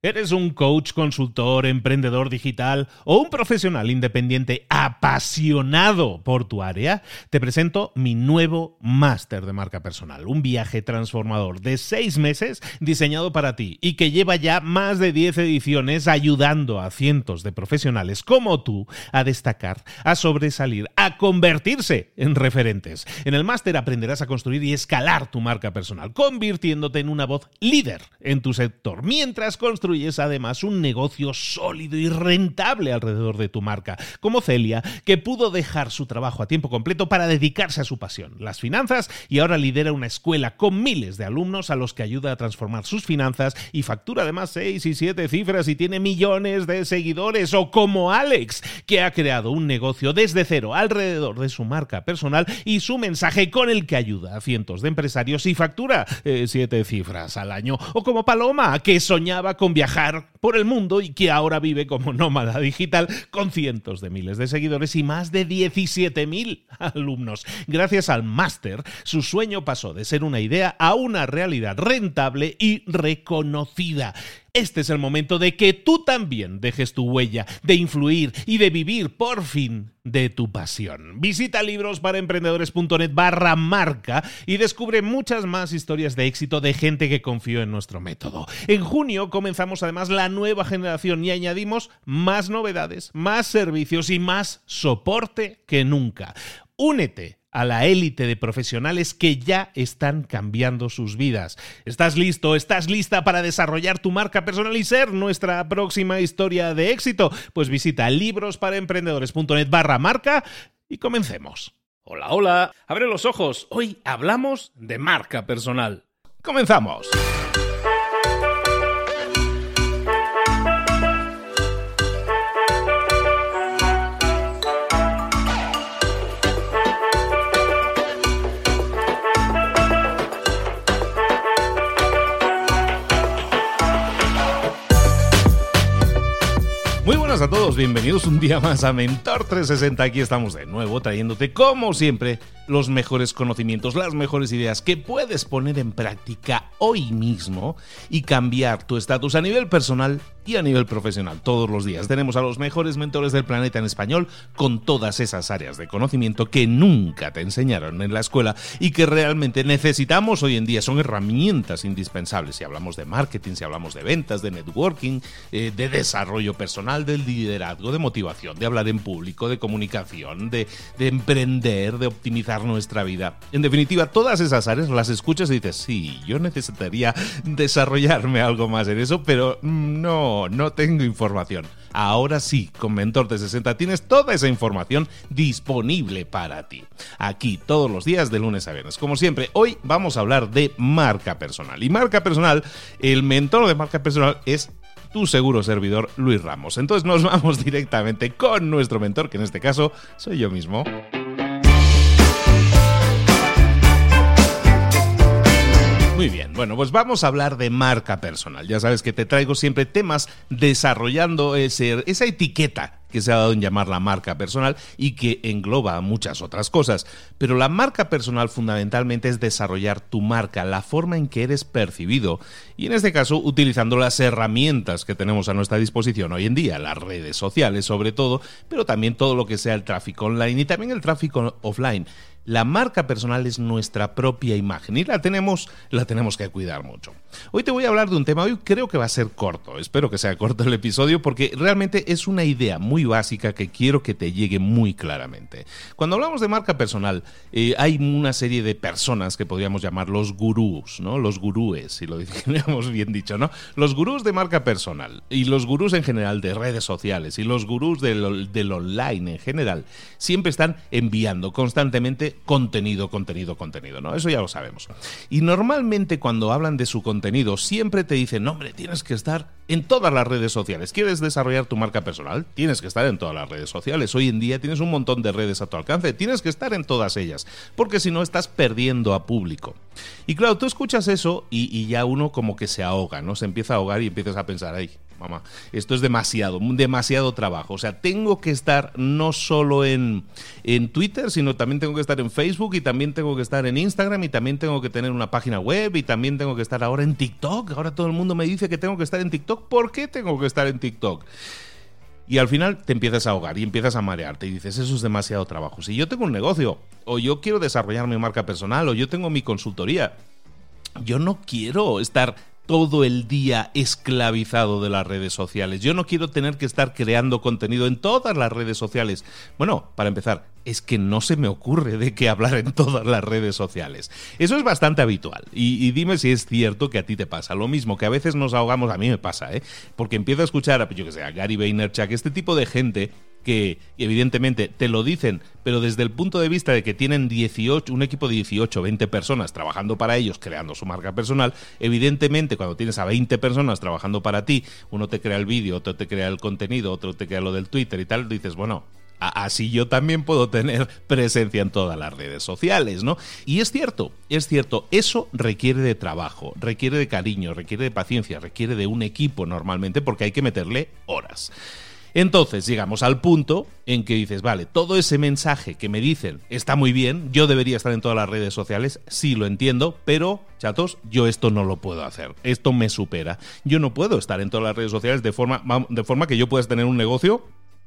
¿Eres un coach, consultor, emprendedor digital o un profesional independiente apasionado por tu área? Te presento mi nuevo máster de marca personal, un viaje transformador de 6 meses diseñado para ti y que lleva ya más de 10 ediciones ayudando a cientos de profesionales como tú a destacar, a sobresalir, a convertirse en referentes. En el máster aprenderás a construir y escalar tu marca personal, convirtiéndote en una voz líder en tu sector, mientras construyes además un negocio sólido y rentable alrededor de tu marca, como Celia, que pudo dejar su trabajo a tiempo completo para dedicarse a su pasión, las finanzas, y ahora lidera una escuela con miles de alumnos a los que ayuda a transformar sus finanzas y factura además 6 y 7 cifras y tiene millones de seguidores. O como Alex, que ha creado un negocio desde cero alrededor de su marca personal y su mensaje, con el que ayuda a cientos de empresarios y factura 7 cifras al año. O como Paloma, que soñaba con viajar por el mundo y que ahora vive como nómada digital con cientos de miles de seguidores y más de 17.000 alumnos. Gracias al máster, su sueño pasó de ser una idea a una realidad rentable y reconocida. Este es el momento de que tú también dejes tu huella, de influir y de vivir por fin de tu pasión. Visita librosparaemprendedores.net/marca y descubre muchas más historias de éxito de gente que confió en nuestro método. En junio comenzamos además la nueva generación y añadimos más novedades, más servicios y más soporte que nunca. Únete a la élite de profesionales que ya están cambiando sus vidas. ¿Estás listo? ¿Estás lista para desarrollar tu marca personal y ser nuestra próxima historia de éxito? Pues visita librosparaemprendedores.net/marca y comencemos. Hola, hola. Abre los ojos. Hoy hablamos de marca personal. ¡Comenzamos! Muy buenas a todos, bienvenidos un día más a Mentor 360. Aquí estamos de nuevo trayéndote, como siempre, los mejores conocimientos, las mejores ideas que puedes poner en práctica hoy mismo y cambiar tu estatus a nivel personal y a nivel profesional. Todos los días tenemos a los mejores mentores del planeta en español, con todas esas áreas de conocimiento que nunca te enseñaron en la escuela y que realmente necesitamos hoy en día. Son herramientas indispensables si hablamos de marketing, si hablamos de ventas, de networking, de desarrollo personal, del liderazgo, de motivación, de hablar en público, de comunicación, de emprender, de optimizar nuestra vida. En definitiva, todas esas áreas las escuchas y dices, sí, yo necesitaría desarrollarme algo más en eso, pero no tengo información. Ahora sí, con Mentor 360 tienes toda esa información disponible para ti. Aquí todos los días de lunes a viernes. Como siempre, hoy vamos a hablar de marca personal. Y marca personal, el mentor de marca personal es tu seguro servidor Luis Ramos. Entonces nos vamos directamente con nuestro mentor, que en este caso soy yo mismo. Muy bien, bueno, pues vamos a hablar de marca personal. Ya sabes que te traigo siempre temas desarrollando esa etiqueta que se ha dado en llamar la marca personal y que engloba muchas otras cosas. Pero la marca personal fundamentalmente es desarrollar tu marca, la forma en que eres percibido, y en este caso utilizando las herramientas que tenemos a nuestra disposición hoy en día, las redes sociales sobre todo, pero también todo lo que sea el tráfico online y también el tráfico offline. La marca personal es nuestra propia imagen y la tenemos que cuidar mucho. Hoy te voy a hablar de un tema, hoy creo que va a ser corto, espero que sea corto el episodio porque realmente es una idea muy básica que quiero que te llegue muy claramente. Cuando hablamos de marca personal, hay una serie de personas que podríamos llamar los gurús, ¿no? Los gurúes, si lo dijéramos bien dicho, ¿no? Los gurús de marca personal y los gurús en general de redes sociales y los gurús del online en general siempre están enviando constantemente contenido, ¿no? Eso ya lo sabemos. Y normalmente cuando hablan de su contenido siempre te dicen, no, hombre, tienes que estar en todas las redes sociales. ¿Quieres desarrollar tu marca personal? Tienes que estar en todas las redes sociales. Hoy en día tienes un montón de redes a tu alcance. Tienes que estar en todas ellas, porque si no estás perdiendo a público. Y claro, tú escuchas eso y ya uno como que se ahoga, ¿no? Se empieza a ahogar y empiezas a pensar, ay, mamá, esto es demasiado trabajo. O sea, tengo que estar no solo en Twitter, sino también tengo que estar en Facebook y también tengo que estar en Instagram y también tengo que tener una página web y también tengo que estar ahora en TikTok. Ahora todo el mundo me dice que tengo que estar en TikTok. ¿Por qué tengo que estar en TikTok? Y al final te empiezas a ahogar y empiezas a marearte y dices, eso es demasiado trabajo. Si yo tengo un negocio, o yo quiero desarrollar mi marca personal, o yo tengo mi consultoría, yo no quiero estar todo el día esclavizado de las redes sociales. Yo no quiero tener que estar creando contenido en todas las redes sociales. Bueno, para empezar, es que no se me ocurre de qué hablar en todas las redes sociales. Eso es bastante habitual. Y dime si es cierto que a ti te pasa. Lo mismo, que a veces nos ahogamos, a mí me pasa, porque empiezo a escuchar, yo que sé, a Gary Vaynerchuk, este tipo de gente que evidentemente te lo dicen, pero desde el punto de vista de que tienen un equipo de 18, 20 personas trabajando para ellos, creando su marca personal, evidentemente cuando tienes a 20 personas trabajando para ti, uno te crea el vídeo, otro te crea el contenido, otro te crea lo del Twitter y tal, dices, bueno, así yo también puedo tener presencia en todas las redes sociales, ¿no? Y es cierto, eso requiere de trabajo, requiere de cariño, requiere de paciencia, requiere de un equipo normalmente porque hay que meterle horas. Entonces llegamos al punto en que dices, vale, todo ese mensaje que me dicen está muy bien, yo debería estar en todas las redes sociales, sí lo entiendo, pero, chatos, yo esto no lo puedo hacer, esto me supera. Yo no puedo estar en todas las redes sociales de forma que yo pueda tener un negocio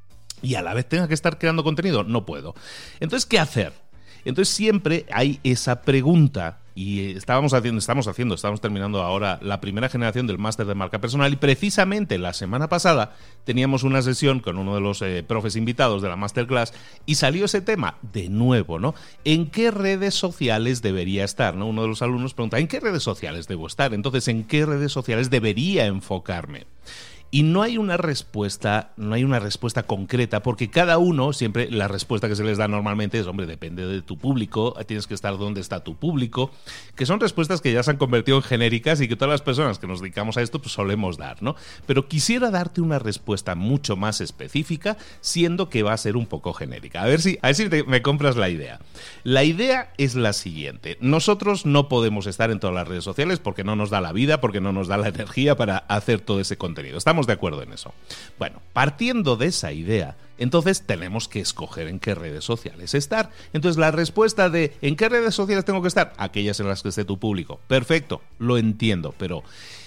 y a la vez tenga que estar creando contenido, no puedo. Entonces, ¿qué hacer? Entonces siempre hay esa pregunta y estamos terminando ahora la primera generación del máster de marca personal y precisamente la semana pasada teníamos una sesión con uno de los profes invitados de la masterclass y salió ese tema de nuevo, ¿no? ¿En qué redes sociales debería estar? ¿No? Uno de los alumnos pregunta, ¿en qué redes sociales debo estar? Entonces, ¿en qué redes sociales debería enfocarme? Y no hay una respuesta concreta, porque cada uno, siempre la respuesta que se les da normalmente es, hombre, depende de tu público, tienes que estar donde está tu público, que son respuestas que ya se han convertido en genéricas y que todas las personas que nos dedicamos a esto pues solemos dar, ¿no? Pero quisiera darte una respuesta mucho más específica, siendo que va a ser un poco genérica. A ver si me compras la idea. La idea es la siguiente. Nosotros no podemos estar en todas las redes sociales porque no nos da la vida, porque no nos da la energía para hacer todo ese contenido. Estamos de acuerdo en eso. Bueno, partiendo de esa idea, entonces tenemos que escoger en qué redes sociales estar. Entonces la respuesta de ¿en qué redes sociales tengo que estar? Aquellas en las que esté tu público. Perfecto, lo entiendo, pero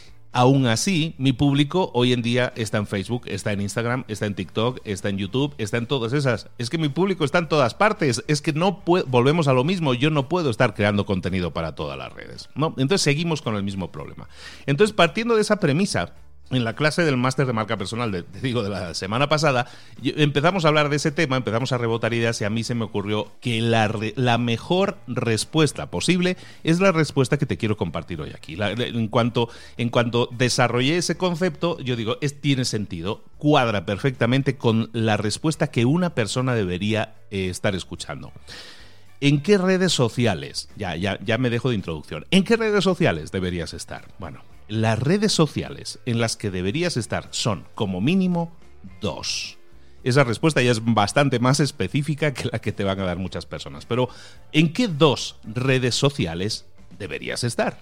aún así, mi público hoy en día está en Facebook, está en Instagram, está en TikTok, está en YouTube, está en todas esas. Es que mi público está en todas partes. Es que no volvemos a lo mismo. Yo no puedo estar creando contenido para todas las redes, ¿no? Entonces seguimos con el mismo problema. Entonces, partiendo de esa premisa, en la clase del máster de marca personal, de la semana pasada, empezamos a hablar de ese tema, empezamos a rebotar ideas y a mí se me ocurrió que la mejor respuesta posible es la respuesta que te quiero compartir hoy aquí. En cuanto desarrollé ese concepto, yo digo, tiene sentido, cuadra perfectamente con la respuesta que una persona debería estar escuchando. ¿En qué redes sociales? Ya me dejo de introducción. ¿En qué redes sociales deberías estar? Bueno, las redes sociales en las que deberías estar son, como mínimo, 2. Esa respuesta ya es bastante más específica que la que te van a dar muchas personas. Pero, ¿en qué 2 redes sociales deberías estar?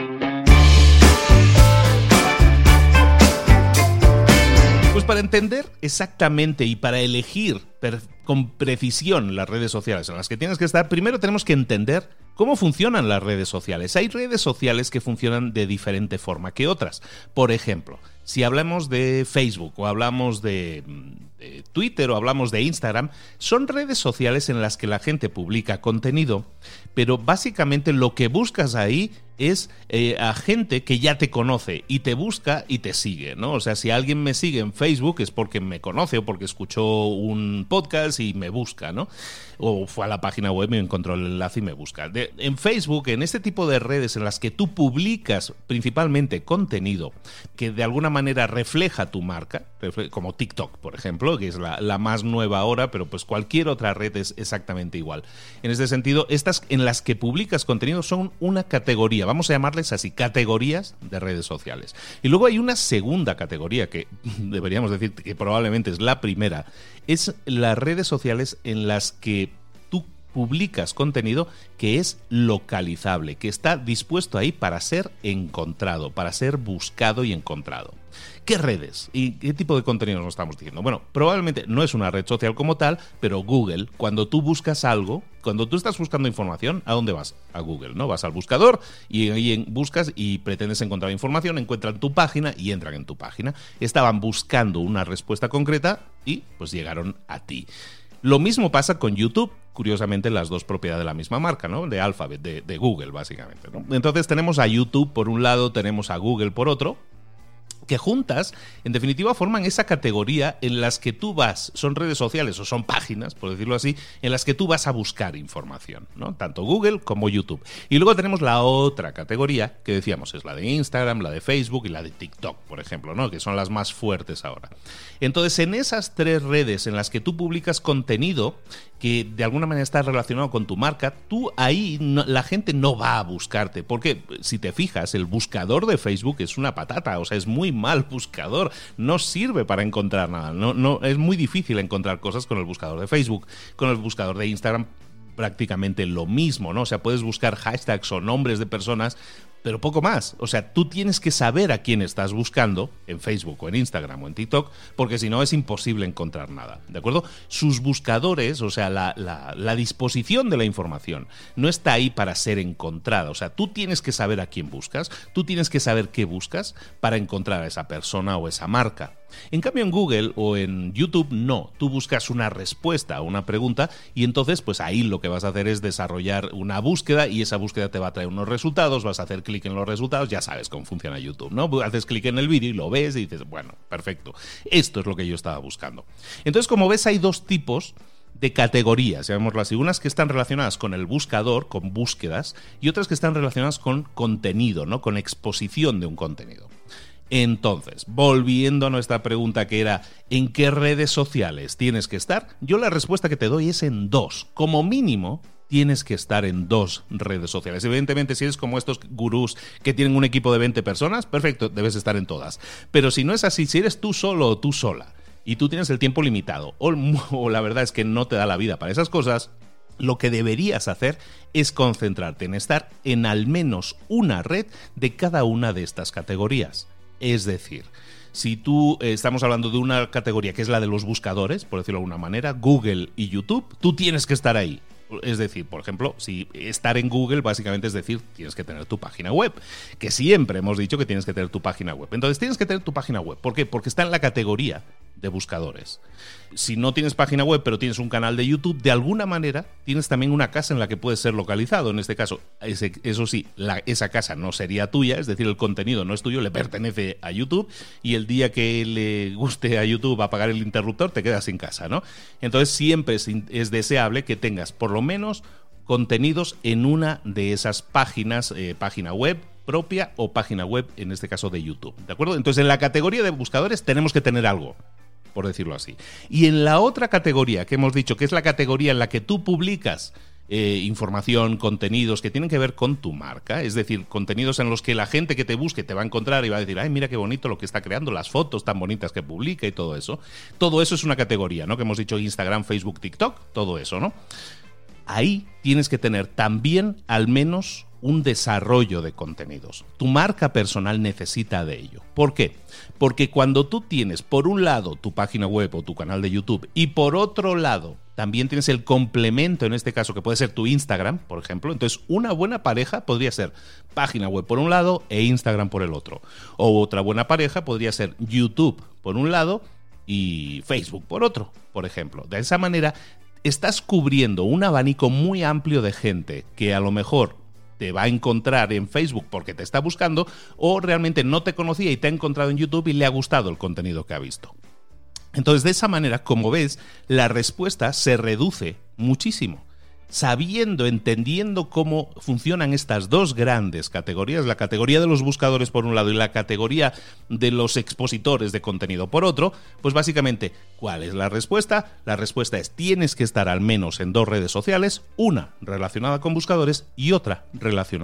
Pues para entender exactamente y para elegir con precisión las redes sociales en las que tienes que estar, primero tenemos que entender cómo funcionan las redes sociales. Hay redes sociales que funcionan de diferente forma que otras. Por ejemplo, si hablamos de Facebook o hablamos de Twitter o hablamos de Instagram, son redes sociales en las que la gente publica contenido, pero básicamente lo que buscas ahí es a gente que ya te conoce y te busca y te sigue, ¿no? O sea, si alguien me sigue en Facebook es porque me conoce o porque escuchó un podcast y me busca, ¿no? O fue a la página web y encontró el enlace y me busca. En Facebook, en este tipo de redes en las que tú publicas principalmente contenido que de alguna manera refleja tu marca, como TikTok, por ejemplo, que es la más nueva ahora, pero pues cualquier otra red es exactamente igual. En este sentido, estas en las que publicas contenido son una categoría, vamos a llamarles así, categorías de redes sociales. Y luego hay una segunda categoría que deberíamos decir que probablemente es la primera, es las redes sociales en las que tú publicas contenido que es localizable, que está dispuesto ahí para ser encontrado, para ser buscado y encontrado. ¿Qué redes y qué tipo de contenido nos estamos diciendo? Bueno, probablemente no es una red social como tal, pero Google, cuando tú buscas algo, cuando tú estás buscando información, ¿a dónde vas? A Google, ¿no? Vas al buscador y ahí buscas y pretendes encontrar información, encuentran tu página y entran en tu página. Estaban buscando una respuesta concreta y pues llegaron a ti. Lo mismo pasa con YouTube, curiosamente las dos propiedad de la misma marca, ¿no? De Alphabet, de Google, básicamente, ¿no? Entonces tenemos a YouTube por un lado, tenemos a Google por otro, que juntas, en definitiva, forman esa categoría en las que tú vas, son redes sociales o son páginas, por decirlo así, en las que tú vas a buscar información, ¿no? Tanto Google como YouTube. Y luego tenemos la otra categoría, que decíamos, es la de Instagram, la de Facebook y la de TikTok, por ejemplo, ¿no? Que son las más fuertes ahora. Entonces, en esas tres redes en las que tú publicas contenido que de alguna manera está relacionado con tu marca, tú ahí la gente no va a buscarte, porque si te fijas, el buscador de Facebook es una patata, o sea, es muy mal buscador, no sirve para encontrar nada, no, es muy difícil encontrar cosas con el buscador de Facebook, con el buscador de Instagram prácticamente lo mismo, ¿no? O sea, puedes buscar hashtags o nombres de personas, pero poco más. O sea, tú tienes que saber a quién estás buscando en Facebook o en Instagram o en TikTok, porque si no es imposible encontrar nada, ¿de acuerdo? Sus buscadores, o sea, la disposición de la información no está ahí para ser encontrada. O sea, tú tienes que saber a quién buscas, tú tienes que saber qué buscas para encontrar a esa persona o esa marca. En cambio, en Google o en YouTube, no. Tú buscas una respuesta a una pregunta y entonces, pues ahí lo que vas a hacer es desarrollar una búsqueda y esa búsqueda te va a traer unos resultados, vas a hacer clic en los resultados, ya sabes cómo funciona YouTube, ¿no? Haces clic en el vídeo y lo ves y dices, bueno, perfecto, esto es lo que yo estaba buscando. Entonces, como ves, hay dos tipos de categorías, llamémoslo así, unas que están relacionadas con el buscador, con búsquedas, y otras que están relacionadas con contenido, ¿no? Con exposición de un contenido. Entonces, volviendo a nuestra pregunta que era ¿en qué redes sociales tienes que estar? Yo la respuesta que te doy es en dos. Como mínimo, tienes que estar en dos redes sociales. Evidentemente, si eres como estos gurús que tienen un equipo de 20 personas, perfecto, debes estar en todas. Pero si no es así, si eres tú solo o tú sola y tú tienes el tiempo limitado o la verdad es que no te da la vida para esas cosas, lo que deberías hacer es concentrarte en estar en al menos una red de cada una de estas categorías. Es decir, si tú estamos hablando de una categoría que es la de los buscadores, por decirlo de alguna manera, Google y YouTube, tú tienes que estar ahí. Es decir, por ejemplo, si estar en Google básicamente es decir, tienes que tener tu página web, que siempre hemos dicho que tienes que tener tu página web. Entonces tienes que tener tu página web. ¿Por qué? Porque está en la categoría de buscadores. Si no tienes página web pero tienes un canal de YouTube, de alguna manera tienes también una casa en la que puedes ser localizado. En este caso, eso sí, esa casa no sería tuya, es decir, el contenido no es tuyo, le pertenece a YouTube y el día que le guste a YouTube apagar el interruptor te quedas sin casa, ¿no? Entonces siempre es deseable que tengas por lo menos contenidos en una de esas páginas, página web propia o página web, en este caso de YouTube, ¿de acuerdo? Entonces en la categoría de buscadores tenemos que tener algo, por decirlo así. Y en la otra categoría que hemos dicho, que es la categoría en la que tú publicas información, contenidos que tienen que ver con tu marca, es decir, contenidos en los que la gente que te busque te va a encontrar y va a decir, ay, mira qué bonito lo que está creando, las fotos tan bonitas que publica y todo eso. Todo eso es una categoría, ¿no? Que hemos dicho Instagram, Facebook, TikTok, todo eso, ¿no? Ahí tienes que tener también al menos un desarrollo de contenidos. Tu marca personal necesita de ello. ¿Por qué? Porque cuando tú tienes por un lado tu página web o tu canal de YouTube y por otro lado también tienes el complemento, en este caso que puede ser tu Instagram, por ejemplo, entonces una buena pareja podría ser página web por un lado e Instagram por el otro. O otra buena pareja podría ser YouTube por un lado y Facebook por otro, por ejemplo. De esa manera estás cubriendo un abanico muy amplio de gente que a lo mejor te va a encontrar en Facebook porque te está buscando o realmente no te conocía y te ha encontrado en YouTube y le ha gustado el contenido que ha visto. Entonces, de esa manera, como ves, la respuesta se reduce muchísimo. Sabiendo, entendiendo cómo funcionan estas dos grandes categorías, la categoría de los buscadores por un lado y la categoría de los expositores de contenido por otro, pues básicamente, ¿cuál es la respuesta? La respuesta es, tienes que estar al menos en dos redes sociales, una relacionada con buscadores y otra relacionada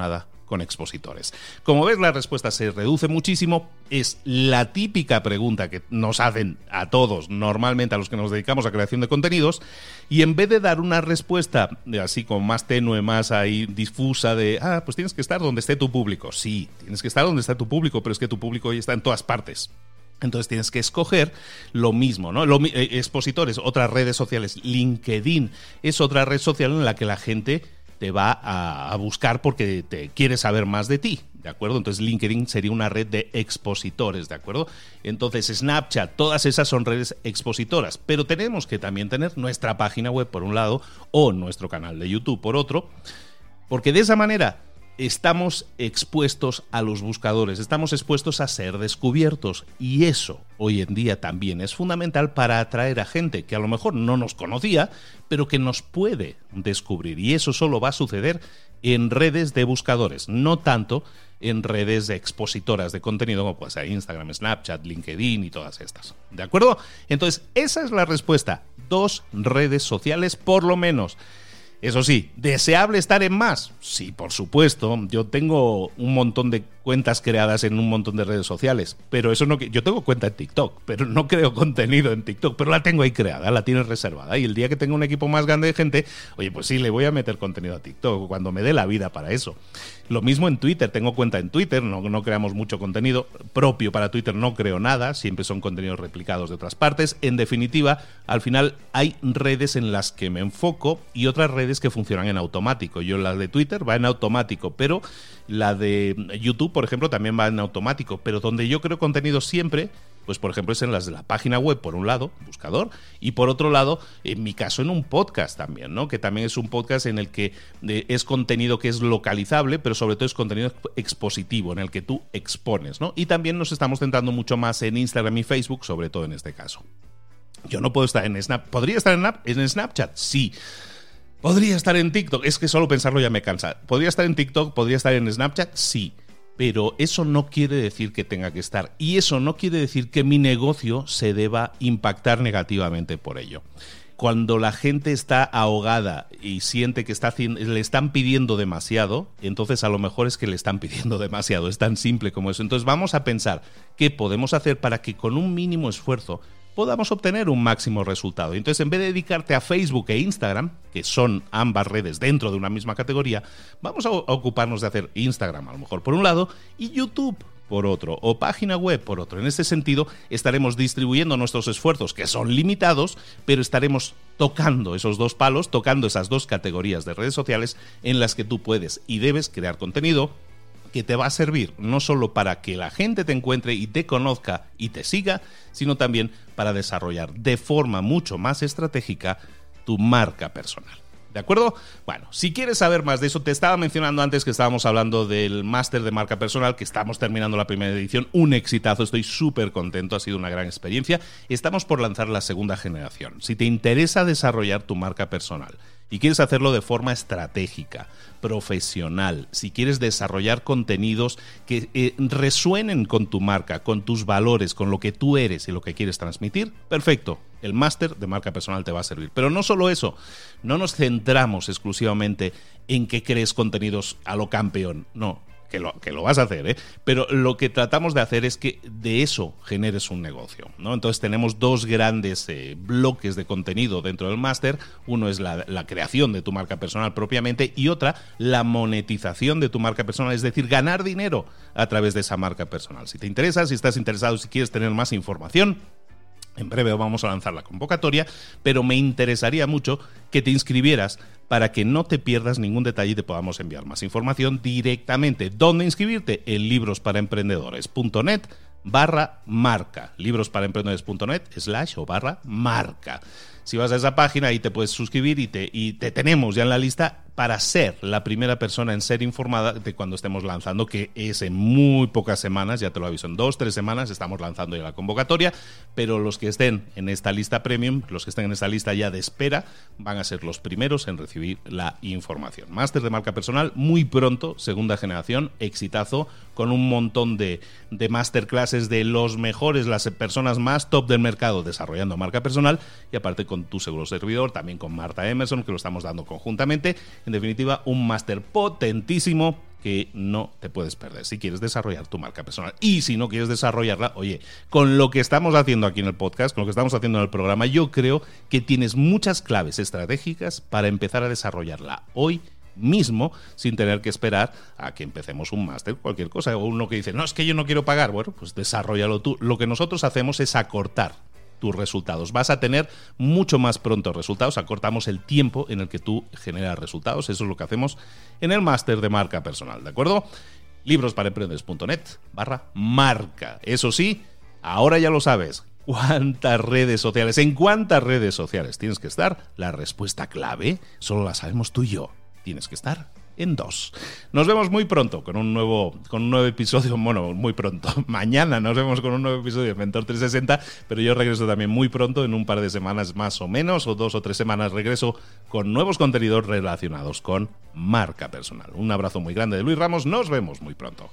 con expositores. Como ves, la respuesta se reduce muchísimo. Es la típica pregunta que nos hacen a todos, normalmente a los que nos dedicamos a creación de contenidos, y en vez de dar una respuesta así como más tenue, más ahí difusa de, pues tienes que estar donde esté tu público. Sí, tienes que estar donde está tu público, pero es que tu público hoy está en todas partes. Entonces tienes que escoger lo mismo, ¿no? Expositores, otras redes sociales. LinkedIn es otra red social en la que la gente te va a buscar porque te quiere saber más de ti, ¿de acuerdo? Entonces LinkedIn sería una red de expositores, ¿de acuerdo? Entonces Snapchat, todas esas son redes expositoras, pero tenemos que también tener nuestra página web por un lado o nuestro canal de YouTube por otro, porque de esa manera estamos expuestos a los buscadores, estamos expuestos a ser descubiertos, y eso hoy en día también es fundamental para atraer a gente que a lo mejor no nos conocía, pero que nos puede descubrir, y eso solo va a suceder en redes de buscadores, no tanto en redes de expositoras de contenido como puede ser Instagram, Snapchat, LinkedIn y todas estas, ¿de acuerdo? Entonces, esa es la respuesta, 2 redes sociales por lo menos. Eso sí, ¿deseable estar en más? Sí, por supuesto. Yo tengo un montón de cuentas creadas en un montón de redes sociales, pero eso no. Yo tengo cuenta en TikTok, pero no creo contenido en TikTok, pero la tengo ahí creada, la tienes reservada, y el día que tenga un equipo más grande de gente, oye, pues sí, le voy a meter contenido a TikTok cuando me dé la vida para eso. Lo mismo en Twitter, tengo cuenta en Twitter, no creamos mucho contenido propio para Twitter, no creo nada, siempre son contenidos replicados de otras partes. En definitiva, al final hay redes en las que me enfoco y otras redes que funcionan en automático. Yo la de Twitter va en automático, pero la de YouTube, por ejemplo, también va en automático, pero donde yo creo contenido siempre, pues por ejemplo es en las de la página web, por un lado, buscador, y por otro lado, en mi caso, en un podcast también, ¿no? Que también es un podcast en el que es contenido que es localizable, pero sobre todo es contenido expositivo, en el que tú expones, ¿no? Y también nos estamos centrando mucho más en Instagram y Facebook, sobre todo en este caso. Yo no puedo estar en Snapchat. ¿Podría estar en Snapchat? Sí. ¿Podría estar en TikTok? Es que solo pensarlo ya me cansa. ¿Podría estar en TikTok? ¿Podría estar en Snapchat? Sí. Pero eso no quiere decir que tenga que estar. Y eso no quiere decir que mi negocio se deba impactar negativamente por ello. Cuando la gente está ahogada y siente que le están pidiendo demasiado, entonces a lo mejor es que le están pidiendo demasiado. Es tan simple como eso. Entonces vamos a pensar qué podemos hacer para que con un mínimo esfuerzo podamos obtener un máximo resultado. Entonces, en vez de dedicarte a Facebook e Instagram, que son ambas redes dentro de una misma categoría, vamos a ocuparnos de hacer Instagram a lo mejor por un lado y YouTube por otro, o página web por otro. En ese sentido, estaremos distribuyendo nuestros esfuerzos, que son limitados, pero estaremos tocando esos 2 palos, tocando esas 2 categorías de redes sociales en las que tú puedes y debes crear contenido que te va a servir no solo para que la gente te encuentre y te conozca y te siga, sino también para desarrollar de forma mucho más estratégica tu marca personal. ¿De acuerdo? Bueno, si quieres saber más de eso, te estaba mencionando antes que estábamos hablando del máster de marca personal, que estamos terminando la primera edición, un exitazo, estoy súper contento, ha sido una gran experiencia. Estamos por lanzar la segunda generación. Si te interesa desarrollar tu marca personal y quieres hacerlo de forma estratégica, profesional, si quieres desarrollar contenidos que resuenen con tu marca, con tus valores, con lo que tú eres y lo que quieres transmitir, perfecto. El máster de marca personal te va a servir. Pero no solo eso, no nos centramos exclusivamente en que crees contenidos a lo campeón, no. Que lo vas a hacer, ¿eh? Pero lo que tratamos de hacer es que de eso generes un negocio, ¿no? Entonces tenemos 2 grandes bloques de contenido dentro del máster. Uno es la creación de tu marca personal propiamente y otra, la monetización de tu marca personal, es decir, ganar dinero a través de esa marca personal. Si te interesa, si estás interesado, si quieres tener más información, en breve vamos a lanzar la convocatoria, pero me interesaría mucho que te inscribieras para que no te pierdas ningún detalle y te podamos enviar más información directamente. ¿Dónde inscribirte? En librosparaemprendedores.net/marca. librosparaemprendedores.net/marca. Si vas a esa página, ahí te puedes suscribir y te tenemos ya en la lista para ser la primera persona en ser informada de cuando estemos lanzando, que es en muy pocas semanas, ya te lo aviso, en 2-3 semanas estamos lanzando ya la convocatoria, pero los que estén en esta lista premium, los que estén en esta lista ya de espera, van a ser los primeros en recibir la información. Máster de marca personal, muy pronto, segunda generación, exitazo, con un montón de masterclasses de los mejores, las personas más top del mercado desarrollando marca personal, y aparte con tu seguro servidor, también con Marta Emerson, que lo estamos dando conjuntamente. En definitiva, un máster potentísimo que no te puedes perder si quieres desarrollar tu marca personal. Y si no quieres desarrollarla, oye, con lo que estamos haciendo aquí en el podcast, con lo que estamos haciendo en el programa, yo creo que tienes muchas claves estratégicas para empezar a desarrollarla hoy mismo, sin tener que esperar a que empecemos un máster, cualquier cosa, o uno que dice, no, es que yo no quiero pagar. Bueno, pues desarróllalo tú. Lo que nosotros hacemos es acortar tus resultados. Vas a tener mucho más pronto resultados, acortamos el tiempo en el que tú generas resultados. Eso es lo que hacemos en el máster de marca personal, ¿de acuerdo? librosparaemprendedores.net/marca. Eso sí, ahora ya lo sabes. ¿Cuántas redes sociales? ¿En cuántas redes sociales tienes que estar? La respuesta clave solo la sabemos tú y yo. Tienes que estar en 2. Nos vemos muy pronto con un nuevo episodio. Bueno, muy pronto. Mañana nos vemos con un nuevo episodio de Mentor 360, pero yo regreso también muy pronto, en un par de semanas más o menos, o 2 o 3 semanas regreso con nuevos contenidos relacionados con marca personal. Un abrazo muy grande de Luis Ramos. Nos vemos muy pronto.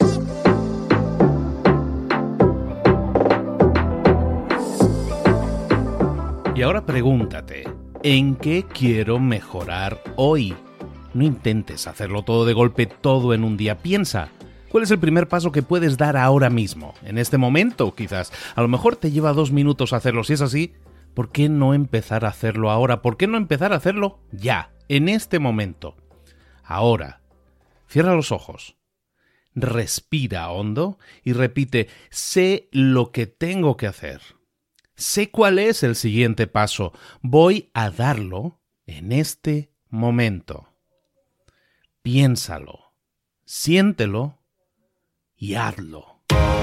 Y ahora pregúntate, ¿en qué quiero mejorar hoy? No intentes hacerlo todo de golpe, todo en un día. Piensa, ¿cuál es el primer paso que puedes dar ahora mismo? En este momento, quizás. A lo mejor te lleva 2 minutos hacerlo. Si es así, ¿por qué no empezar a hacerlo ahora? ¿Por qué no empezar a hacerlo ya, en este momento? Ahora, cierra los ojos, respira hondo y repite, sé lo que tengo que hacer. Sé cuál es el siguiente paso. Voy a darlo en este momento. Piénsalo, siéntelo y hazlo.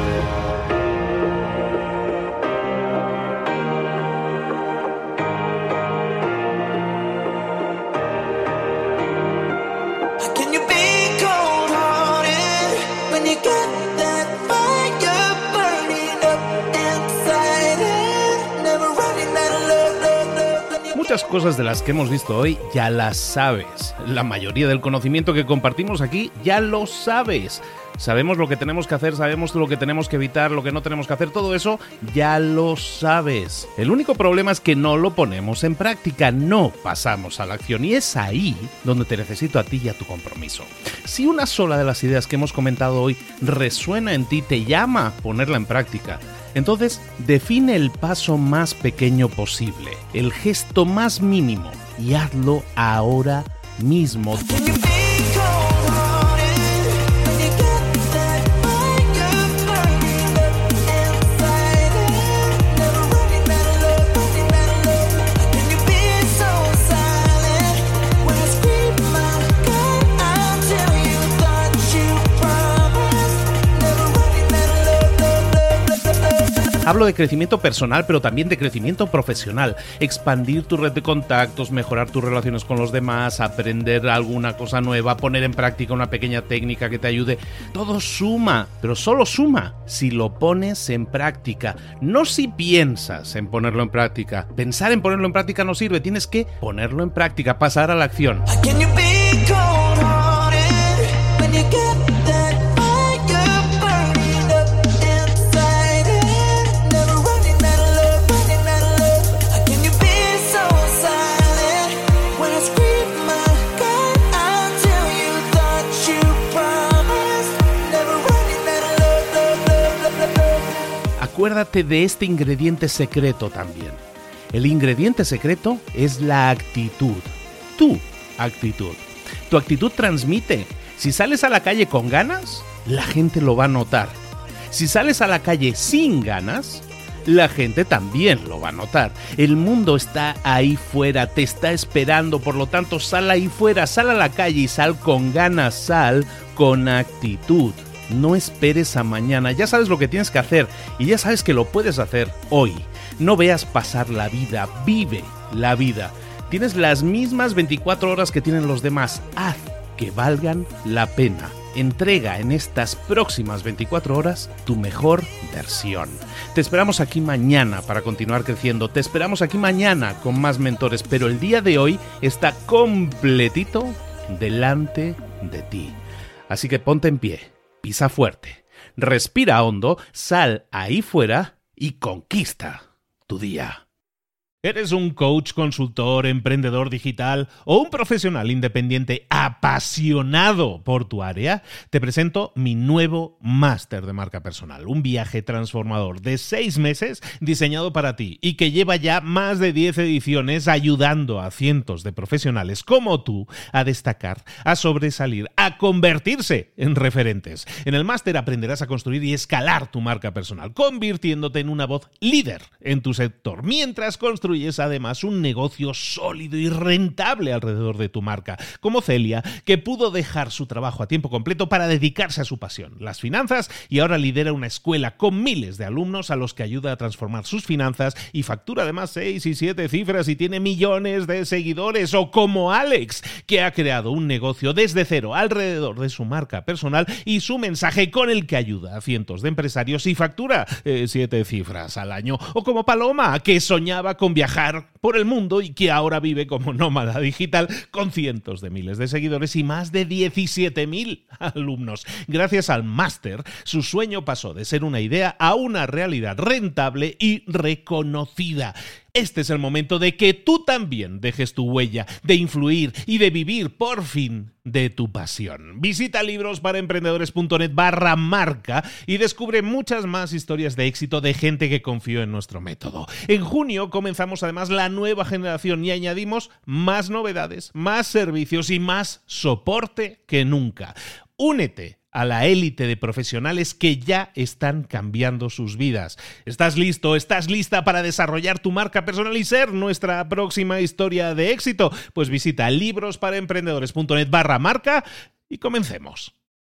Muchas cosas de las que hemos visto hoy ya las sabes. La mayoría del conocimiento que compartimos aquí ya lo sabes. Sabemos lo que tenemos que hacer, sabemos lo que tenemos que evitar, lo que no tenemos que hacer, todo eso ya lo sabes. El único problema es que no lo ponemos en práctica, no pasamos a la acción, y es ahí donde te necesito a ti y a tu compromiso. Si una sola de las ideas que hemos comentado hoy resuena en ti, te llama a ponerla en práctica, entonces define el paso más pequeño posible, el gesto más mínimo, y hazlo ahora mismo. Hablo de crecimiento personal, pero también de crecimiento profesional. Expandir tu red de contactos, mejorar tus relaciones con los demás, aprender alguna cosa nueva, poner en práctica una pequeña técnica que te ayude. Todo suma, pero solo suma si lo pones en práctica. No si piensas en ponerlo en práctica. Pensar en ponerlo en práctica no sirve. Tienes que ponerlo en práctica, pasar a la acción. Acuérdate de este ingrediente secreto también. El ingrediente secreto es la actitud. Tu actitud. Tu actitud transmite. Si sales a la calle con ganas, la gente lo va a notar. Si sales a la calle sin ganas, la gente también lo va a notar. El mundo está ahí fuera, te está esperando, por lo tanto sal ahí fuera, sal a la calle y sal con ganas, sal con actitud. No esperes a mañana, ya sabes lo que tienes que hacer y ya sabes que lo puedes hacer hoy. No veas pasar la vida, vive la vida. Tienes las mismas 24 horas que tienen los demás, haz que valgan la pena. Entrega en estas próximas 24 horas tu mejor versión. Te esperamos aquí mañana para continuar creciendo, te esperamos aquí mañana con más mentores, pero el día de hoy está completito delante de ti. Así que ponte en pie. Pisa fuerte, respira hondo, sal ahí fuera y conquista tu día. ¿Eres un coach, consultor, emprendedor digital o un profesional independiente apasionado por tu área? Te presento mi nuevo máster de marca personal, un viaje transformador de 6 meses diseñado para ti y que lleva ya más de 10 ediciones ayudando a cientos de profesionales como tú a destacar, a sobresalir, a convertirse en referentes. En el máster aprenderás a construir y escalar tu marca personal, convirtiéndote en una voz líder en tu sector, mientras construyes además un negocio sólido y rentable alrededor de tu marca, como Celia, que pudo dejar su trabajo a tiempo completo para dedicarse a su pasión, las finanzas, y ahora lidera una escuela con miles de alumnos a los que ayuda a transformar sus finanzas y factura además 6 y 7 cifras y tiene millones de seguidores. O como Alex, que ha creado un negocio desde cero alrededor de su marca personal y su mensaje, con el que ayuda a cientos de empresarios y factura 7 cifras al año. O como Paloma, que soñaba con viajar por el mundo y que ahora vive como nómada digital con cientos de miles de seguidores y más de 17.000 alumnos. Gracias al máster, su sueño pasó de ser una idea a una realidad rentable y reconocida. Este es el momento de que tú también dejes tu huella, de influir y de vivir por fin de tu pasión. Visita librosparaemprendedores.net/marca y descubre muchas más historias de éxito de gente que confió en nuestro método. En junio comenzamos además la nueva generación y añadimos más novedades, más servicios y más soporte que nunca. Únete a la élite de profesionales que ya están cambiando sus vidas. ¿Estás listo? ¿Estás lista para desarrollar tu marca personal y ser nuestra próxima historia de éxito? Pues visita librosparaemprendedores.net/marca y comencemos.